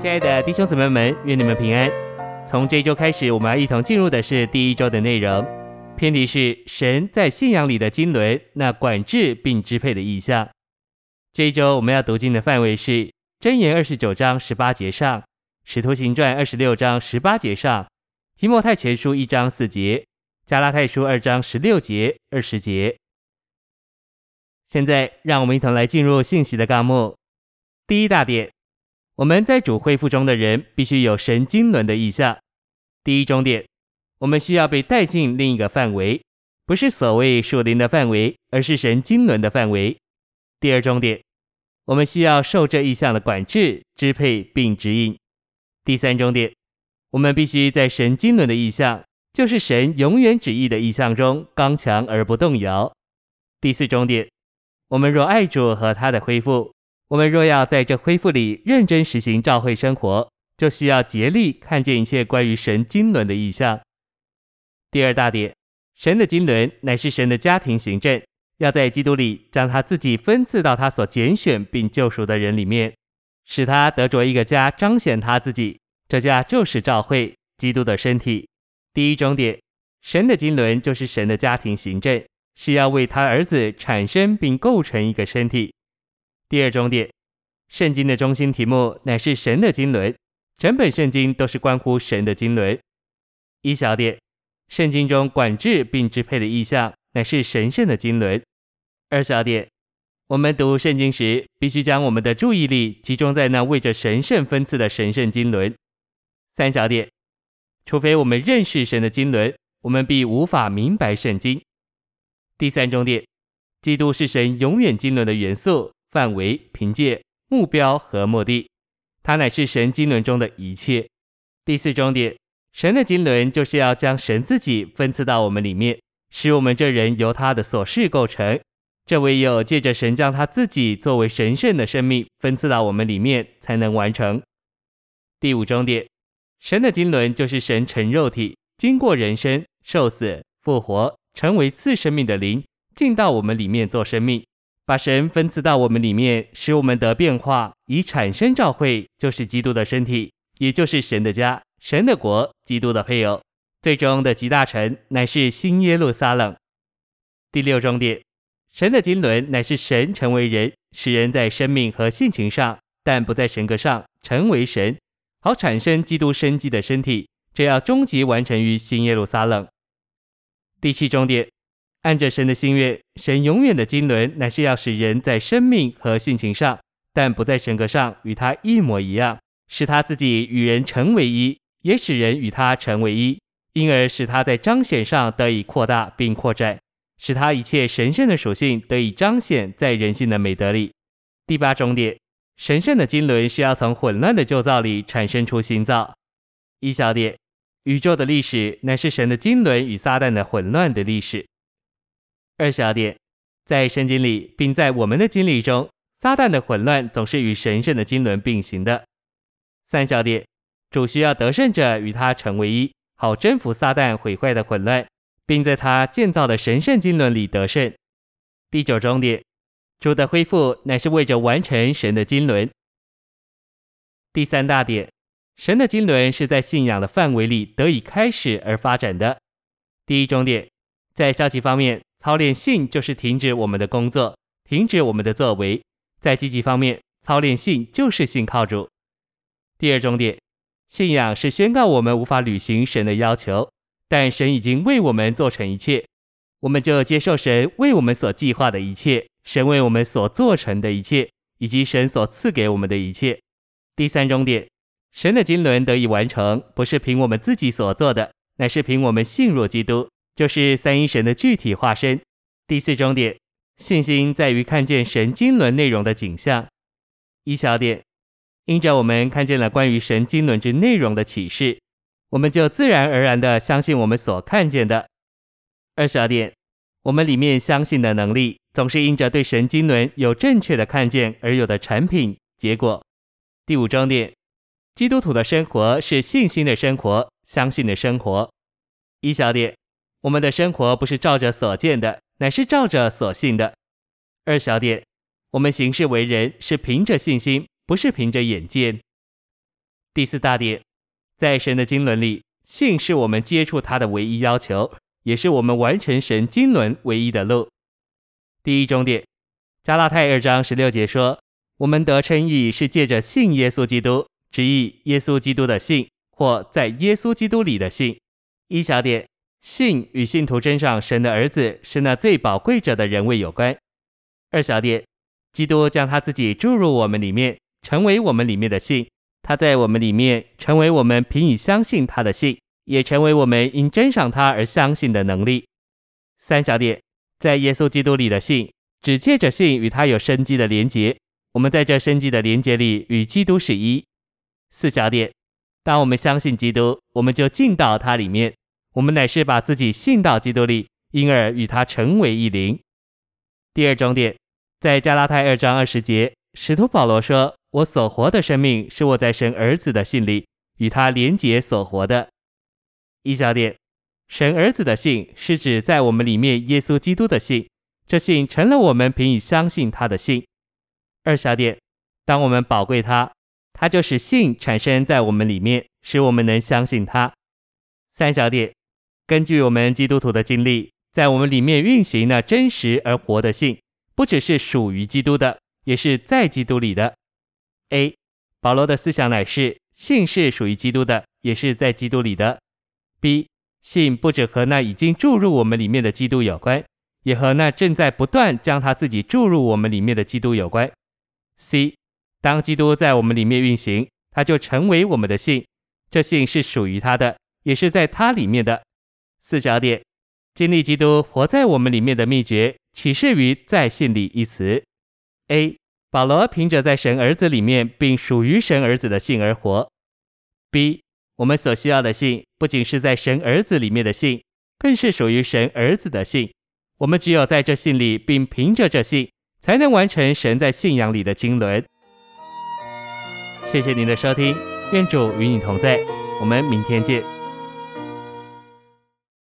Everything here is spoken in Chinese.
亲爱的弟兄姊妹们，愿你们平安。从这一周开始，我们要一同进入的是第一周的内容，篇题是神在信仰里的经纶，那管制并支配的意象。这一周我们要读经的范围是箴言29章18节上，使徒行传26章18节上，提摩太前书1章4节，加拉太书2章16节20节。现在让我们一同来进入信息的纲目。第一大点，我们在主恢复中的人必须有神经纶的意象。第一重点，我们需要被带进另一个范围，不是所谓属灵的范围，而是神经纶的范围。第二重点，我们需要受这意象的管制、支配并指引。第三重点，我们必须在神经纶的意象，就是神永远旨意的意象中刚强而不动摇。第四重点，我们若爱主和他的恢复，我们若要在这恢复里认真实行教会生活，就需要竭力看见一切关于神经纶的意象。第二大点，神的经纶乃是神的家庭行政，要在基督里将他自己分赐到他所拣选并救赎的人里面，使他得着一个家，彰显他自己，这家就是教会，基督的身体。第一重点，神的经纶就是神的家庭行政，是要为他儿子产生并构成一个身体。第二重点，圣经的中心题目乃是神的经纶，整本圣经都是关乎神的经纶。一小点，圣经中管制并支配的意象乃是神圣的经纶。二小点，我们读圣经时必须将我们的注意力集中在那为着神圣分赐的神圣经纶。三小点，除非我们认识神的经纶，我们必无法明白圣经。第三重点，基督是神永远经纶的元素、范围、凭借、目标和目的，它乃是神经纶中的一切。第四重点，神的经纶就是要将神自己分赐到我们里面，使我们这人由他的所事构成，这唯有借着神将他自己作为神圣的生命分赐到我们里面才能完成。第五重点，神的经纶就是神成肉体，经过人生、受死、复活，成为赐生命的灵，进到我们里面做生命，把神分赐到我们里面，使我们得变化，以产生教会，就是基督的身体，也就是神的家、神的国、基督的配偶，最终的集大成乃是新耶路撒冷。第六重点，神的经纶乃是神成为人，使人在生命和性情上，但不在神格上成为神，好产生基督生机的身体，这要终极完成于新耶路撒冷。第七重点，按着神的心愿，神永远的经纶乃是要使人在生命和性情上，但不在神格上与他一模一样，使他自己与人成为一，也使人与他成为一，因而使他在彰显上得以扩大并扩展，使他一切神圣的属性得以彰显在人性的美德里。第八重点，神圣的经纶是要从混乱的旧造里产生出新造。一小点，宇宙的历史乃是神的经纶与撒旦的混乱的历史。二小点，在圣经里并在我们的经历中，撒旦的混乱总是与神圣的经纶并行的。三小点，主需要得胜者与他成为一，好征服撒旦毁坏的混乱，并在他建造的神圣经纶里得胜。第九重点，主的恢复乃是为着完成神的经纶。第三大点，神的经纶是在信仰的范围里得以开始而发展的。第一重点，在消极方面，操练信就是停止我们的工作，停止我们的作为；在积极方面，操练信就是信靠主。第二重点，信仰是宣告我们无法履行神的要求，但神已经为我们做成一切，我们就接受神为我们所计划的一切，神为我们所做成的一切，以及神所赐给我们的一切。第三重点，神的经纶得以完成，不是凭我们自己所做的，乃是凭我们信入基督，就是三一神的具体化身。第四重点，信心在于看见神经纶内容的景象。一小点，因着我们看见了关于神经纶之内容的启示，我们就自然而然地相信我们所看见的。二小点，我们里面相信的能力，总是因着对神经纶有正确的看见而有的产品结果。第五重点，基督徒的生活是信心的生活，相信的生活。一小点，我们的生活不是照着所见的，乃是照着所信的。二小点，我们行事为人是凭着信心，不是凭着眼见。 第四大点，在神的经纶里，信是我们接触他的唯一要求，也是我们完成神经纶唯一的路。第一中点，加拉太2章16节说，我们得称义是借着信耶稣基督，直译耶稣基督的信，或在耶稣基督里的信。一小点，信与信徒身上神的儿子是那最宝贵者的人位有关。二小点，基督将他自己注入我们里面，成为我们里面的信，他在我们里面成为我们凭以相信他的信，也成为我们因珍赏他而相信的能力。三小点，在耶稣基督里的信，只借着信与他有生机的连结，我们在这生机的连结里与基督是一。四小点，当我们相信基督，我们就进到他里面，我们乃是把自己信到基督里，因而与他成为一灵。第二中点，在加拉太2章20节，使徒保罗说，我所活的生命是我在神儿子的信里与他连结所活的。一小点，神儿子的信是指在我们里面耶稣基督的信，这信成了我们凭以相信他的信。二小点，当我们宝贵他，他就使信产生在我们里面，使我们能相信他。三小点，根据我们基督徒的经历，在我们里面运行那真实而活的信，不只是属于基督的，也是在基督里的。A. 保罗的思想乃是信是属于基督的，也是在基督里的。B. 信不只和那已经注入我们里面的基督有关，也和那正在不断将他自己注入我们里面的基督有关。C. 当基督在我们里面运行，他就成为我们的信，这信是属于他的，也是在他里面的。四小点，经历基督活在我们里面的秘诀，启示于在信里一词。A. 保罗凭着在神儿子里面并属于神儿子的信而活。B. 我们所需要的信不仅是在神儿子里面的信，更是属于神儿子的信。我们只有在这信里并凭着这信，才能完成神在信仰里的经纶。谢谢您的收听，愿主与你同在，我们明天见。